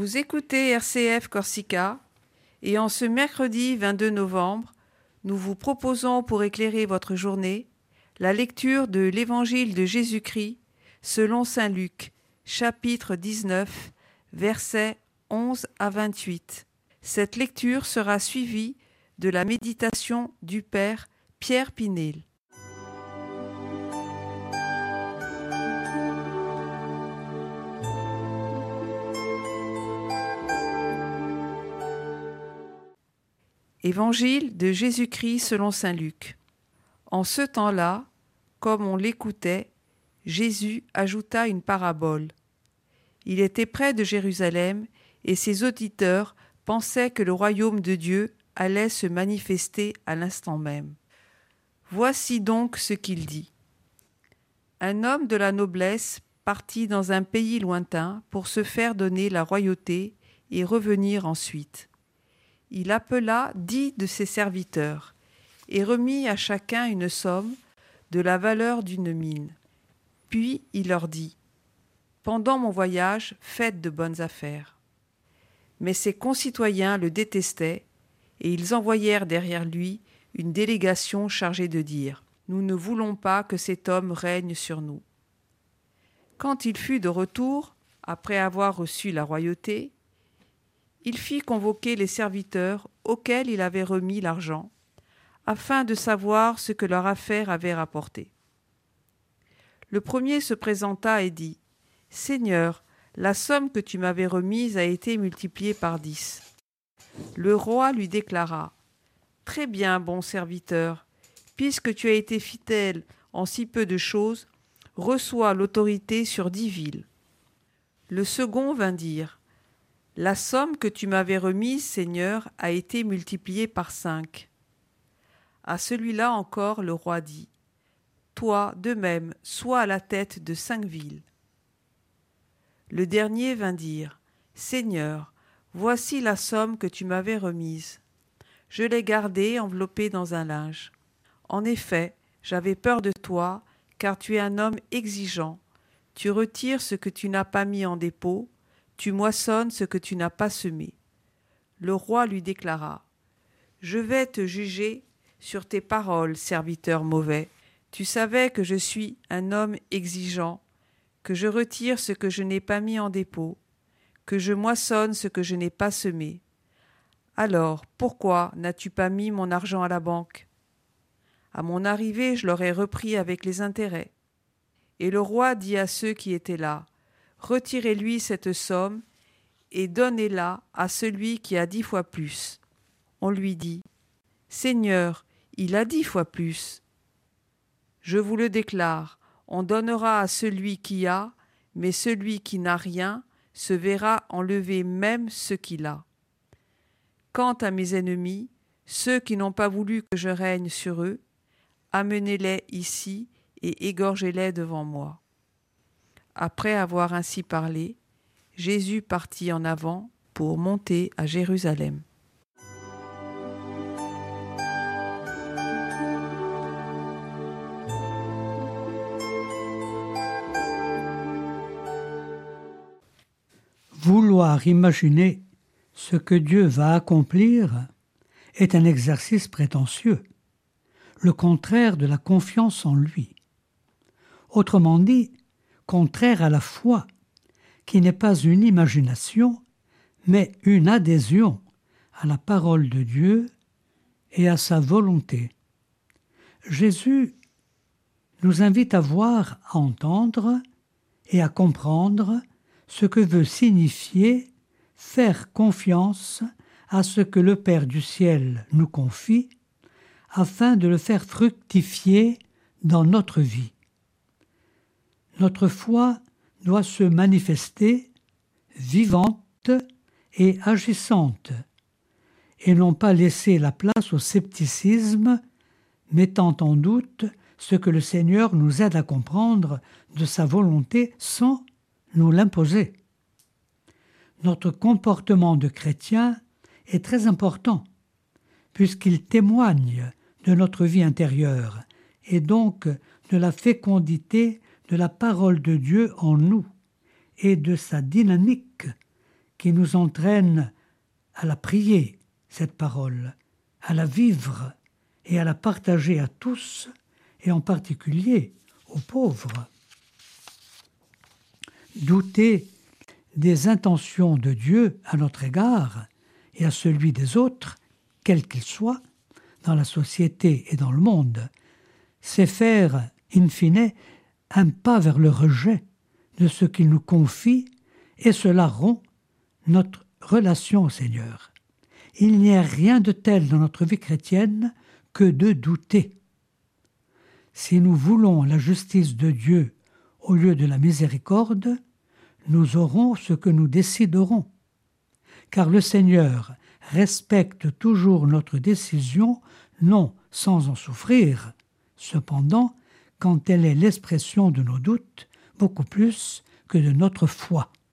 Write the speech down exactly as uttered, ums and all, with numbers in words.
Vous écoutez R C F Corsica et en ce mercredi vingt-deux novembre, nous vous proposons pour éclairer votre journée la lecture de l'Évangile de Jésus-Christ selon saint Luc, chapitre dix-neuf, versets onze à vingt-huit. Cette lecture sera suivie de la méditation du Père Pierre Pinel. Évangile de Jésus-Christ selon saint Luc. En ce temps-là, comme on l'écoutait, Jésus ajouta une parabole. Il était près de Jérusalem et ses auditeurs pensaient que le royaume de Dieu allait se manifester à l'instant même. Voici donc ce qu'il dit. Un homme de la noblesse partit dans un pays lointain pour se faire donner la royauté et revenir ensuite. Il appela dix de ses serviteurs et remit à chacun une somme de la valeur d'une mine. Puis il leur dit : « Pendant mon voyage, faites de bonnes affaires. » Mais ses concitoyens le détestaient et ils envoyèrent derrière lui une délégation chargée de dire : « Nous ne voulons pas que cet homme règne sur nous. » Quand il fut de retour, après avoir reçu la royauté, il fit convoquer les serviteurs auxquels il avait remis l'argent, afin de savoir ce que leur affaire avait rapporté. Le premier se présenta et dit : « Seigneur, la somme que tu m'avais remise a été multipliée par dix. » Le roi lui déclara : « Très bien, bon serviteur, puisque tu as été fidèle en si peu de choses, reçois l'autorité sur dix villes. » Le second vint dire : « La somme que tu m'avais remise, Seigneur, a été multipliée par cinq. » À celui-là encore le roi dit : « Toi, de même, sois à la tête de cinq villes. » Le dernier vint dire : « Seigneur, voici la somme que tu m'avais remise. Je l'ai gardée enveloppée dans un linge. En effet, j'avais peur de toi, car tu es un homme exigeant. Tu retires ce que tu n'as pas mis en dépôt, tu moissonnes ce que tu n'as pas semé. » Le roi lui déclara : « Je vais te juger sur tes paroles, serviteur mauvais. Tu savais que je suis un homme exigeant, que je retire ce que je n'ai pas mis en dépôt, que je moissonne ce que je n'ai pas semé. Alors, pourquoi n'as-tu pas mis mon argent à la banque ? À mon arrivée, je l'aurais repris avec les intérêts. » Et le roi dit à ceux qui étaient là : « Retirez-lui cette somme et donnez-la à celui qui a dix fois plus. » On lui dit : « Seigneur, il a dix fois plus. » Je vous le déclare, on donnera à celui qui a, mais celui qui n'a rien se verra enlever même ce qu'il a. Quant à mes ennemis, ceux qui n'ont pas voulu que je règne sur eux, amenez-les ici et égorgez-les devant moi. » Après avoir ainsi parlé, Jésus partit en avant pour monter à Jérusalem. Vouloir imaginer ce que Dieu va accomplir est un exercice prétentieux, le contraire de la confiance en lui. Autrement dit, contraire à la foi, qui n'est pas une imagination, mais une adhésion à la parole de Dieu et à sa volonté. Jésus nous invite à voir, à entendre et à comprendre ce que veut signifier faire confiance à ce que le Père du ciel nous confie, afin de le faire fructifier dans notre vie. Notre foi doit se manifester vivante et agissante, et non pas laisser la place au scepticisme, mettant en doute ce que le Seigneur nous aide à comprendre de sa volonté sans nous l'imposer. Notre comportement de chrétien est très important, puisqu'il témoigne de notre vie intérieure et donc de la fécondité de la parole de Dieu en nous et de sa dynamique qui nous entraîne à la prier, cette parole, à la vivre et à la partager à tous, et en particulier aux pauvres. Douter des intentions de Dieu à notre égard et à celui des autres, quels qu'ils soient, dans la société et dans le monde, c'est faire, in fine, un pas vers le rejet de ce qu'il nous confie, et cela rompt notre relation au Seigneur. Il n'y a rien de tel dans notre vie chrétienne que de douter. Si nous voulons la justice de Dieu au lieu de la miséricorde, nous aurons ce que nous déciderons. Car le Seigneur respecte toujours notre décision, non sans en souffrir, cependant, quand elle est l'expression de nos doutes, beaucoup plus que de notre foi.